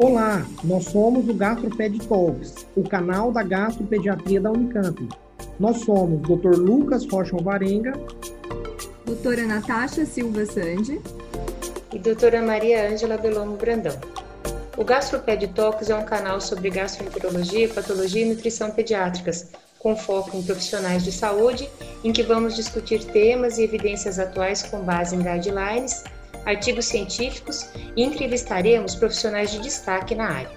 Olá, nós somos o GastroPed Talks, o canal da gastropediatria da Unicamp. Nós somos o Dr. Lucas Rocha Alvarenga, doutora Natasha Silva Sandi e doutora Maria Ângela Belomo Brandão. O GastroPed Talks é um canal sobre gastroenterologia, patologia e nutrição pediátricas, com foco em profissionais de saúde, em que vamos discutir temas e evidências atuais com base em guidelines, artigos científicos e entrevistaremos profissionais de destaque na área.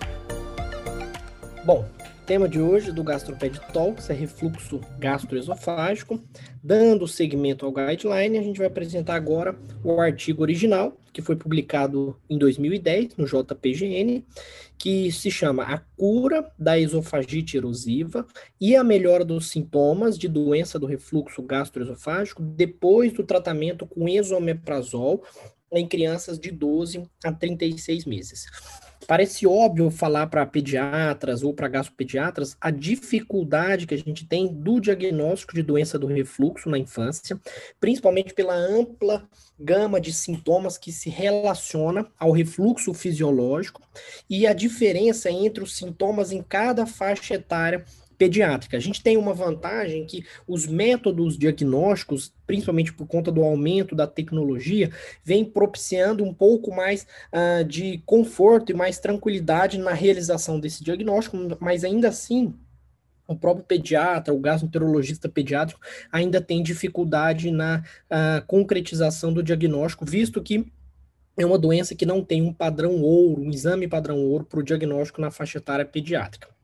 Bom, o tema de hoje do GastroPed Talks é refluxo gastroesofágico. Dando seguimento ao guideline, a gente vai apresentar agora o artigo original, que foi publicado em 2010 no JPGN, que se chama A Cura da Esofagite Erosiva e a Melhora dos Sintomas de Doença do Refluxo Gastroesofágico depois do tratamento com esomeprazol em crianças de 12 a 36 meses. Parece óbvio falar para pediatras ou para gastropediatras a dificuldade que a gente tem do diagnóstico de doença do refluxo na infância, principalmente pela ampla gama de sintomas que se relaciona ao refluxo fisiológico e a diferença entre os sintomas em cada faixa etária pediátrica. A gente tem uma vantagem que os métodos diagnósticos, principalmente por conta do aumento da tecnologia, vem propiciando um pouco mais de conforto e mais tranquilidade na realização desse diagnóstico, mas ainda assim, o próprio pediatra, o gastroenterologista pediátrico, ainda tem dificuldade na concretização do diagnóstico, visto que é uma doença que não tem um padrão ouro, um exame padrão ouro para o diagnóstico na faixa etária pediátrica.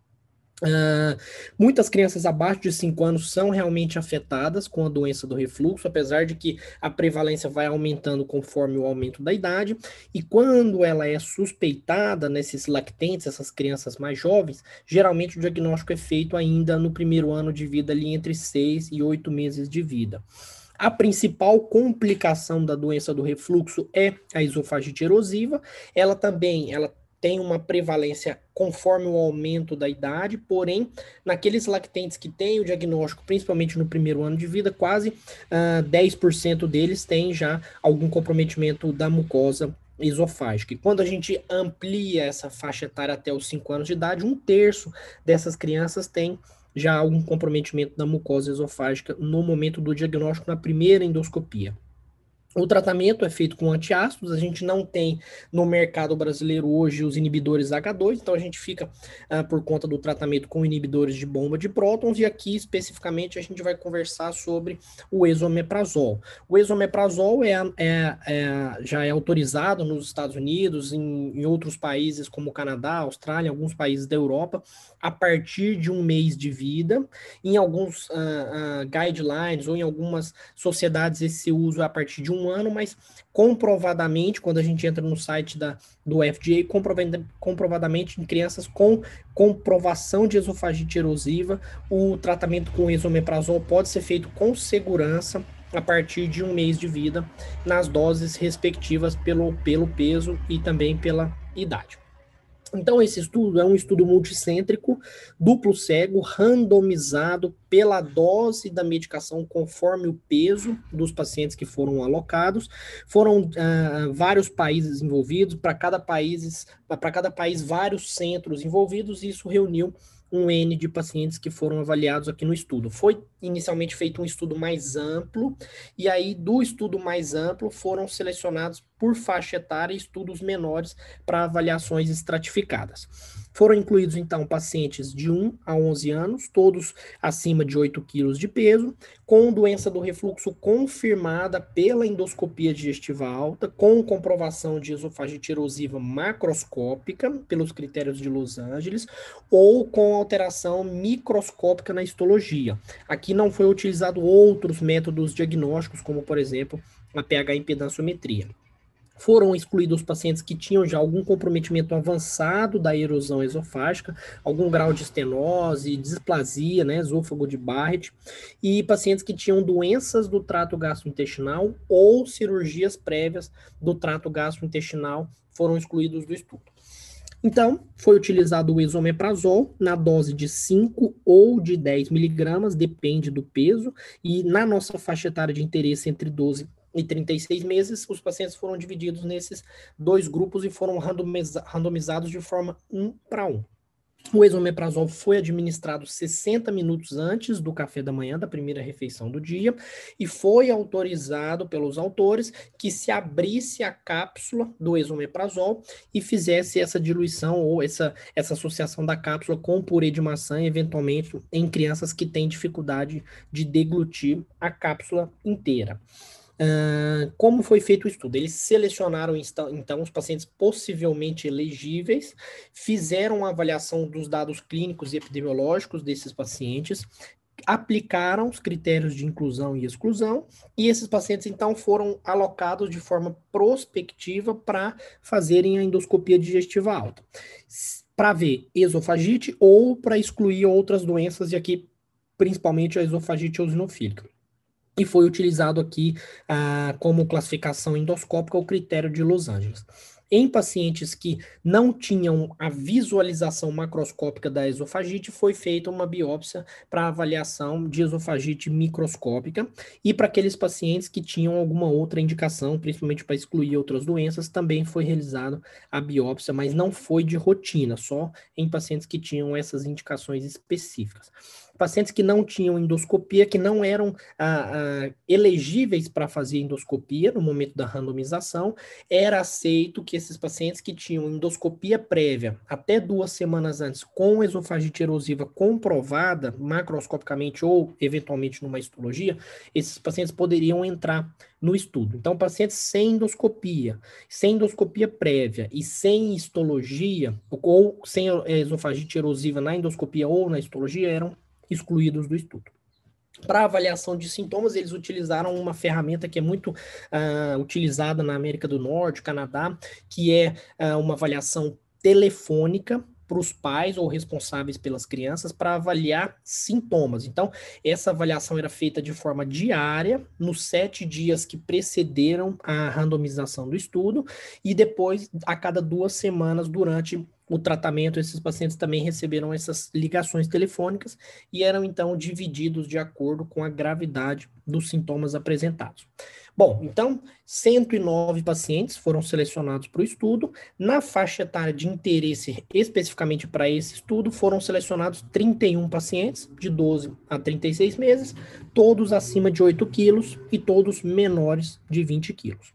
Muitas crianças abaixo de 5 anos são realmente afetadas com a doença do refluxo, apesar de que a prevalência vai aumentando conforme o aumento da idade, e quando ela é suspeitada nesses lactentes, essas crianças mais jovens, geralmente o diagnóstico é feito ainda no primeiro ano de vida, ali entre 6 e 8 meses de vida. A principal complicação da doença do refluxo é a esofagite erosiva. Ela tem uma prevalência conforme o aumento da idade, porém, naqueles lactentes que têm o diagnóstico, principalmente no primeiro ano de vida, quase 10% deles têm já algum comprometimento da mucosa esofágica. E quando a gente amplia essa faixa etária até os 5 anos de idade, 1/3 dessas crianças tem já algum comprometimento da mucosa esofágica no momento do diagnóstico na primeira endoscopia. O tratamento é feito com antiácidos, a gente não tem no mercado brasileiro hoje os inibidores H2, então a gente fica por conta do tratamento com inibidores de bomba de prótons, e aqui especificamente a gente vai conversar sobre o esomeprazol. O esomeprazol já é autorizado nos Estados Unidos, em outros países como Canadá, Austrália, alguns países da Europa, a partir de 1 mês de vida. Em alguns guidelines ou em algumas sociedades esse uso é a partir de 1 ano, mas comprovadamente, quando a gente entra no site do FDA, comprovadamente em crianças com comprovação de esofagite erosiva, o tratamento com esomeprazol pode ser feito com segurança a partir de 1 mês de vida, nas doses respectivas pelo peso e também pela idade. Então, esse estudo é um estudo multicêntrico, duplo cego, randomizado pela dose da medicação conforme o peso dos pacientes que foram alocados. Foram vários países envolvidos, para cada país vários centros envolvidos, e isso reuniu um N de pacientes que foram avaliados aqui no estudo. Foi inicialmente feito um estudo mais amplo, e aí do estudo mais amplo foram selecionados por faixa etária estudos menores para avaliações estratificadas. Foram incluídos, então, pacientes de 1 a 11 anos, todos acima de 8 quilos de peso, com doença do refluxo confirmada pela endoscopia digestiva alta, com comprovação de esofagite erosiva macroscópica, pelos critérios de Los Angeles, ou com alteração microscópica na histologia. Aqui não foi utilizado outros métodos diagnósticos, como, por exemplo, a pH impedanciometria. Foram excluídos os pacientes que tinham já algum comprometimento avançado da erosão esofágica, algum grau de estenose, displasia, esôfago de Barrett, e pacientes que tinham doenças do trato gastrointestinal ou cirurgias prévias do trato gastrointestinal foram excluídos do estudo. Então, foi utilizado o esomeprazol na dose de 5 ou de 10 miligramas, depende do peso, e na nossa faixa etária de interesse entre 12 e 36 meses, os pacientes foram divididos nesses dois grupos e foram randomizados de forma 1:1. O esomeprazol foi administrado 60 minutos antes do café da manhã, da primeira refeição do dia, e foi autorizado pelos autores que se abrisse a cápsula do esomeprazol e fizesse essa diluição ou essa associação da cápsula com o purê de maçã, eventualmente em crianças que têm dificuldade de deglutir a cápsula inteira. Como foi feito o estudo? Eles selecionaram, então, os pacientes possivelmente elegíveis, fizeram uma avaliação dos dados clínicos e epidemiológicos desses pacientes, aplicaram os critérios de inclusão e exclusão, e esses pacientes, então, foram alocados de forma prospectiva para fazerem a endoscopia digestiva alta, para ver esofagite ou para excluir outras doenças, e aqui, principalmente, a esofagite eosinofílica. E foi utilizado aqui como classificação endoscópica o critério de Los Angeles. Em pacientes que não tinham a visualização macroscópica da esofagite, foi feita uma biópsia para avaliação de esofagite microscópica, e para aqueles pacientes que tinham alguma outra indicação, principalmente para excluir outras doenças, também foi realizada a biópsia, mas não foi de rotina, só em pacientes que tinham essas indicações específicas. Pacientes que não tinham endoscopia, que não eram elegíveis para fazer endoscopia no momento da randomização, era aceito que esses pacientes que tinham endoscopia prévia até 2 semanas antes, com esofagite erosiva comprovada macroscopicamente ou eventualmente numa histologia, esses pacientes poderiam entrar no estudo. Então, pacientes sem endoscopia prévia e sem histologia, ou sem esofagite erosiva na endoscopia ou na histologia, eram excluídos do estudo. Para avaliação de sintomas, eles utilizaram uma ferramenta que é muito utilizada na América do Norte, Canadá, que é uma avaliação telefônica para os pais ou responsáveis pelas crianças para avaliar sintomas. Então, essa avaliação era feita de forma diária, nos 7 dias que precederam a randomização do estudo, e depois, a cada 2 semanas, durante o tratamento, esses pacientes também receberam essas ligações telefônicas e eram, então, divididos de acordo com a gravidade dos sintomas apresentados. Bom, então, 109 pacientes foram selecionados para o estudo. Na faixa etária de interesse especificamente para esse estudo, foram selecionados 31 pacientes de 12 a 36 meses, todos acima de 8 quilos e todos menores de 20 quilos.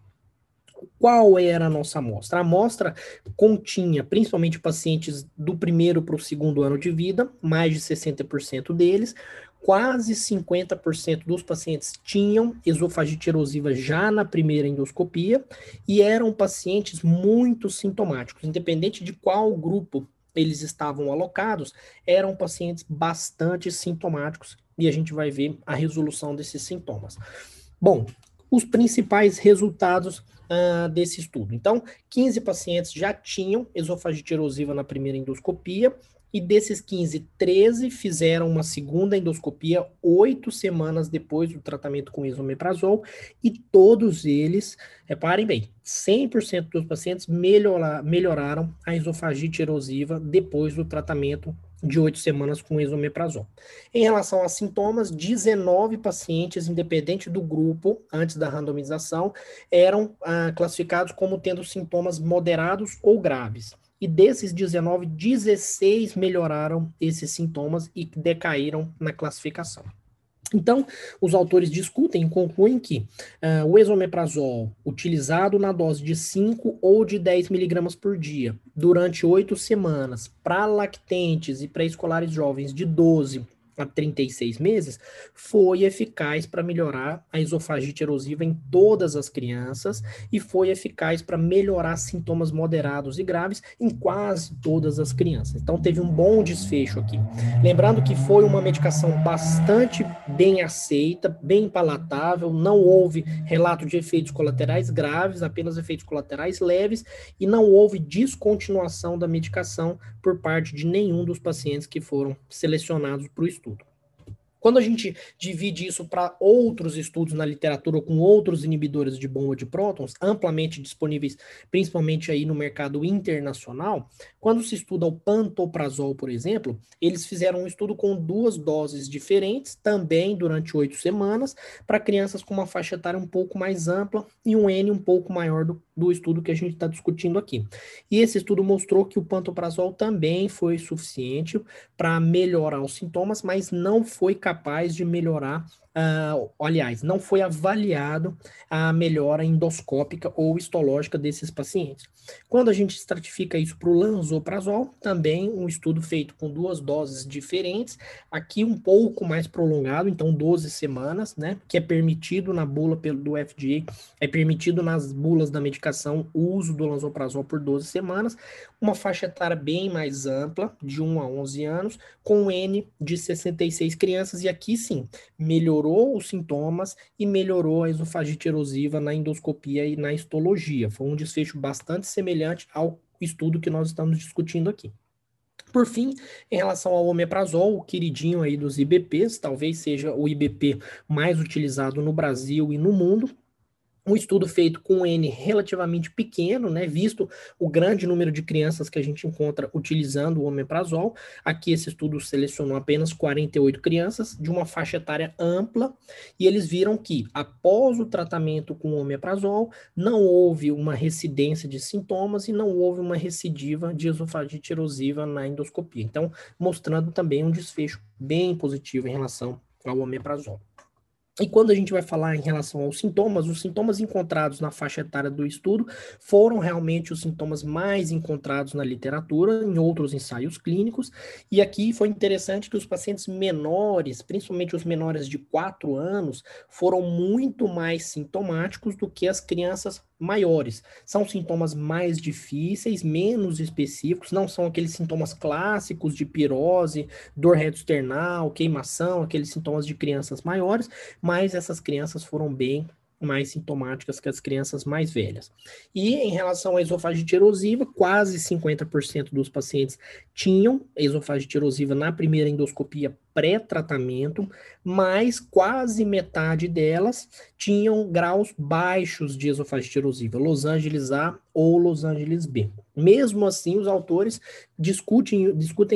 Qual era a nossa amostra? A amostra continha principalmente pacientes do primeiro para o segundo ano de vida, mais de 60% deles. Quase 50% dos pacientes tinham esofagite erosiva já na primeira endoscopia e eram pacientes muito sintomáticos, independente de qual grupo eles estavam alocados, eram pacientes bastante sintomáticos e a gente vai ver a resolução desses sintomas. Bom, os principais resultados desse estudo. Então, 15 pacientes já tinham esofagite erosiva na primeira endoscopia, e desses 15, 13 fizeram uma segunda endoscopia 8 semanas depois do tratamento com esomeprazol, e todos eles, reparem bem, 100% dos pacientes melhoraram a esofagite erosiva depois do tratamento de 8 semanas com esomeprazol. Em relação a sintomas, 19 pacientes, independente do grupo, antes da randomização, eram classificados como tendo sintomas moderados ou graves. E desses 19, 16 melhoraram esses sintomas e decaíram na classificação. Então, os autores discutem e concluem que o esomeprazol, utilizado na dose de 5 ou de 10 miligramas por dia, durante 8 semanas, para lactentes e pré-escolares jovens de 12 a 36 meses, foi eficaz para melhorar a esofagite erosiva em todas as crianças e foi eficaz para melhorar sintomas moderados e graves em quase todas as crianças. Então, teve um bom desfecho aqui. Lembrando que foi uma medicação bastante bem aceita, bem palatável, não houve relato de efeitos colaterais graves, apenas efeitos colaterais leves, e não houve descontinuação da medicação por parte de nenhum dos pacientes que foram selecionados para o estudo. Quando a gente divide isso para outros estudos na literatura com outros inibidores de bomba de prótons, amplamente disponíveis, principalmente aí no mercado internacional, quando se estuda o pantoprazol, por exemplo, eles fizeram um estudo com 2 doses diferentes, também durante 8 semanas, para crianças com uma faixa etária um pouco mais ampla e um N um pouco maior do estudo que a gente está discutindo aqui. E esse estudo mostrou que o pantoprazol também foi suficiente para melhorar os sintomas, mas não foi capaz de melhorar, aliás, não foi avaliado a melhora endoscópica ou histológica desses pacientes. Quando a gente estratifica isso para o lansoprazol, também um estudo feito com 2 doses diferentes, aqui um pouco mais prolongado, então 12 semanas, né, que é permitido na bula do FDA, é permitido nas bulas da medicação o uso do lansoprazol por 12 semanas, uma faixa etária bem mais ampla, de 1 a 11 anos, com N de 66 crianças, e aqui sim, melhorou os sintomas e melhorou a esofagite erosiva na endoscopia e na histologia. Foi um desfecho bastante semelhante ao estudo que nós estamos discutindo aqui. Por fim, em relação ao omeprazol, o queridinho aí dos IBPs, talvez seja o IBP mais utilizado no Brasil e no mundo, um estudo feito com um N relativamente pequeno, né, visto o grande número de crianças que a gente encontra utilizando o omeprazol. Aqui esse estudo selecionou apenas 48 crianças de uma faixa etária ampla, e eles viram que após o tratamento com o omeprazol não houve uma recidência de sintomas e não houve uma recidiva de esofagite erosiva na endoscopia. Então, mostrando também um desfecho bem positivo em relação ao omeprazol. E quando a gente vai falar em relação aos sintomas, os sintomas encontrados na faixa etária do estudo foram realmente os sintomas mais encontrados na literatura, em outros ensaios clínicos, e aqui foi interessante que os pacientes menores, principalmente os menores de 4 anos, foram muito mais sintomáticos do que as crianças maiores. São sintomas mais difíceis, menos específicos, não são aqueles sintomas clássicos de pirose, dor retroesternal, queimação, aqueles sintomas de crianças maiores, mas essas crianças foram bem mais sintomáticas que as crianças mais velhas. E em relação à esofagite erosiva, quase 50% dos pacientes tinham esofagite erosiva na primeira endoscopia pré-tratamento, mas quase metade delas tinham graus baixos de esofagite erosiva, Los Angeles A ou Los Angeles B. Mesmo assim, os autores discutem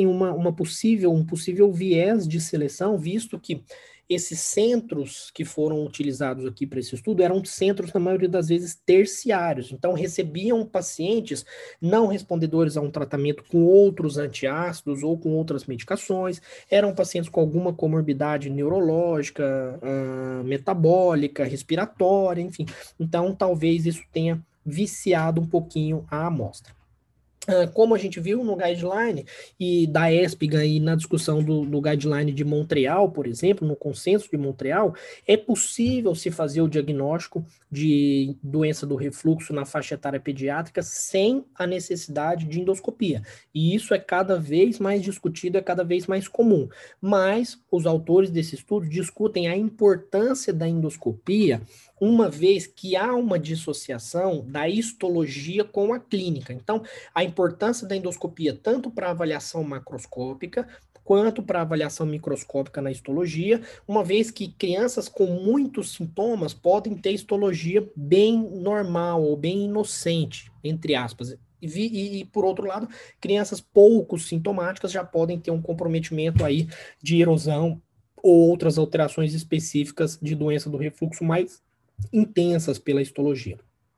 um possível viés de seleção, visto que esses centros que foram utilizados aqui para esse estudo eram centros, na maioria das vezes, terciários. Então, recebiam pacientes não respondedores a um tratamento com outros antiácidos ou com outras medicações, eram pacientes com alguma comorbidade neurológica, metabólica, respiratória, enfim. Então, talvez isso tenha viciado um pouquinho a amostra. Como a gente viu no guideline e da ESPGA e na discussão do guideline de Montreal, por exemplo, no consenso de Montreal, é possível se fazer o diagnóstico de doença do refluxo na faixa etária pediátrica sem a necessidade de endoscopia. E isso é cada vez mais discutido, é cada vez mais comum. Mas os autores desse estudo discutem a importância da endoscopia, uma vez que há uma dissociação da histologia com a clínica. Então, a importância da endoscopia tanto para avaliação macroscópica quanto para avaliação microscópica na histologia, uma vez que crianças com muitos sintomas podem ter histologia bem normal ou bem inocente, entre aspas. E, por outro lado, crianças pouco sintomáticas já podem ter um comprometimento aí de erosão ou outras alterações específicas de doença do refluxo mais intensas pela histologia.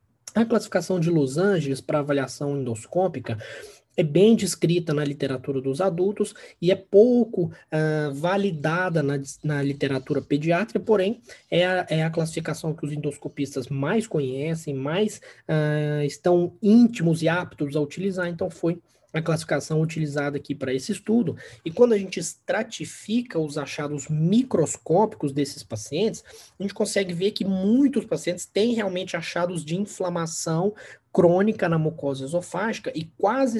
A classificação de Los Angeles para avaliação endoscópica é bem descrita na literatura dos adultos e é pouco validada na literatura pediátrica, porém é a classificação que os endoscopistas mais conhecem, mais estão íntimos e aptos a utilizar, então foi a classificação utilizada aqui para esse estudo. E quando a gente estratifica os achados microscópicos desses pacientes, a gente consegue ver que muitos pacientes têm realmente achados de inflamação crônica na mucosa esofágica e quase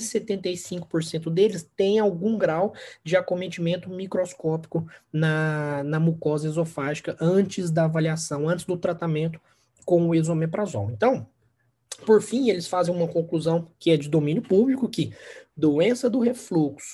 75% deles têm algum grau de acometimento microscópico na mucosa esofágica antes da avaliação, antes do tratamento com o esomeprazol. Então, por fim, eles fazem uma conclusão que é de domínio público, que doença do refluxo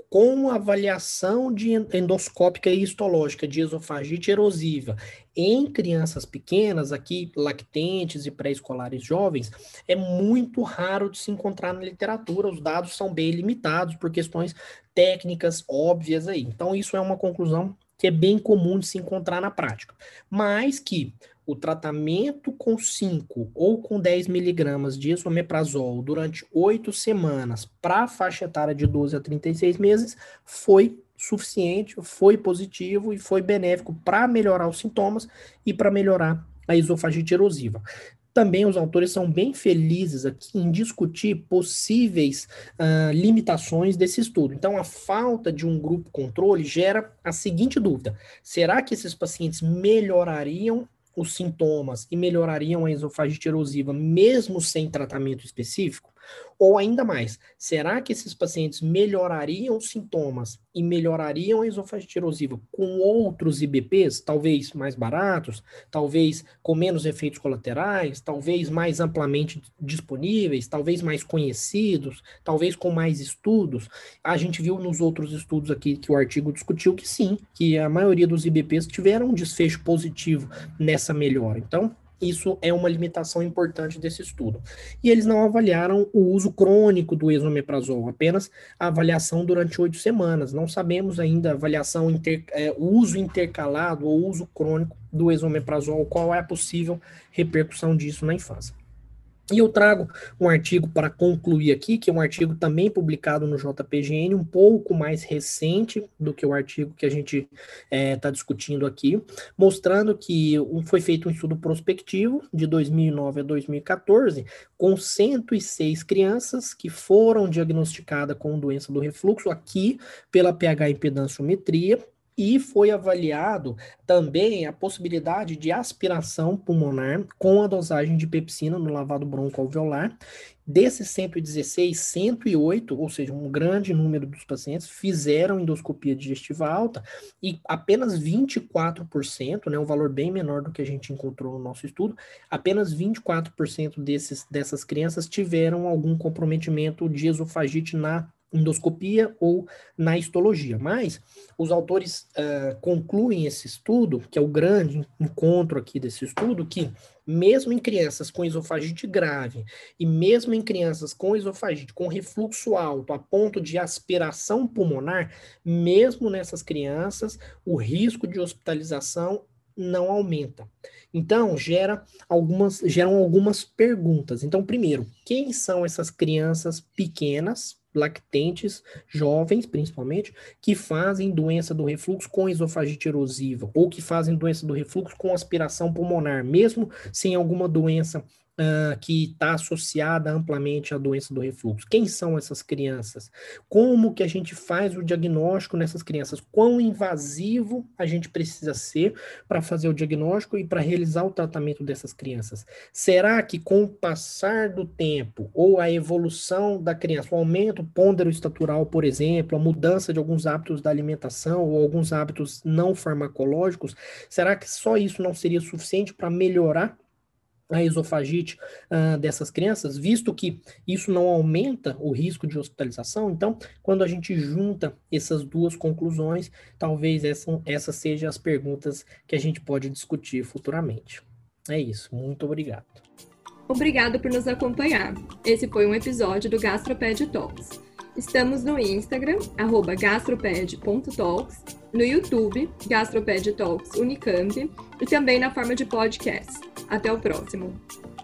com avaliação endoscópica e histológica de esofagite erosiva em crianças pequenas, aqui lactentes e pré-escolares jovens, é muito raro de se encontrar na literatura. Os dados são bem limitados por questões técnicas óbvias aí. Então, isso é uma conclusão que é bem comum de se encontrar na prática. Mas que o tratamento com 5 ou com 10 miligramas de esomeprazol durante 8 semanas para a faixa etária de 12 a 36 meses foi suficiente, foi positivo e foi benéfico para melhorar os sintomas e para melhorar a esofagite erosiva. Também os autores são bem felizes aqui em discutir possíveis limitações desse estudo. Então, a falta de um grupo controle gera a seguinte dúvida: será que esses pacientes melhorariam os sintomas e melhorariam a esofagite erosiva mesmo sem tratamento específico? Ou ainda mais, será que esses pacientes melhorariam os sintomas e melhorariam a esofagite erosiva com outros IBPs, talvez mais baratos, talvez com menos efeitos colaterais, talvez mais amplamente disponíveis, talvez mais conhecidos, talvez com mais estudos? A gente viu nos outros estudos aqui que o artigo discutiu que sim, que a maioria dos IBPs tiveram um desfecho positivo nessa melhora. Então, isso é uma limitação importante desse estudo. E eles não avaliaram o uso crônico do esomeprazol, apenas a avaliação durante 8 semanas. Não sabemos ainda a avaliação, o uso intercalado ou uso crônico do esomeprazol, qual é a possível repercussão disso na infância. E eu trago um artigo para concluir aqui, que é um artigo também publicado no JPGN, um pouco mais recente do que o artigo que a gente está discutindo aqui, mostrando que foi feito um estudo prospectivo de 2009 a 2014, com 106 crianças que foram diagnosticadas com doença do refluxo, aqui pela pH impedanciometria, e foi avaliado também a possibilidade de aspiração pulmonar com a dosagem de pepsina no lavado broncoalveolar. Desses 116, 108, ou seja, um grande número dos pacientes, fizeram endoscopia digestiva alta e apenas 24%, né, um valor bem menor do que a gente encontrou no nosso estudo, apenas 24% dessas crianças tiveram algum comprometimento de esofagite na endoscopia ou na histologia. Mas os autores concluem esse estudo, que é o grande encontro aqui desse estudo, que mesmo em crianças com esofagite grave e mesmo em crianças com esofagite com refluxo alto a ponto de aspiração pulmonar, mesmo nessas crianças, o risco de hospitalização não aumenta. Então, geram algumas perguntas. Então, primeiro, quem são essas crianças pequenas, lactentes, jovens principalmente, que fazem doença do refluxo com esofagite erosiva, ou que fazem doença do refluxo com aspiração pulmonar, mesmo sem alguma doença que está associada amplamente à doença do refluxo? Quem são essas crianças? Como que a gente faz o diagnóstico nessas crianças? Quão invasivo a gente precisa ser para fazer o diagnóstico e para realizar o tratamento dessas crianças? Será que com o passar do tempo, ou a evolução da criança, o aumento pondero-estatural, por exemplo, a mudança de alguns hábitos da alimentação ou alguns hábitos não farmacológicos, será que só isso não seria suficiente para melhorar a esofagite dessas crianças, visto que isso não aumenta o risco de hospitalização? Então, quando a gente junta essas duas conclusões, talvez essas sejam as perguntas que a gente pode discutir futuramente. É isso, muito obrigado. Obrigado por nos acompanhar. Esse foi um episódio do GastroPed Talks. Estamos no Instagram, @gastroped.talks, no YouTube, GastroPed Talks Unicamp, e também na forma de podcast. Até o próximo!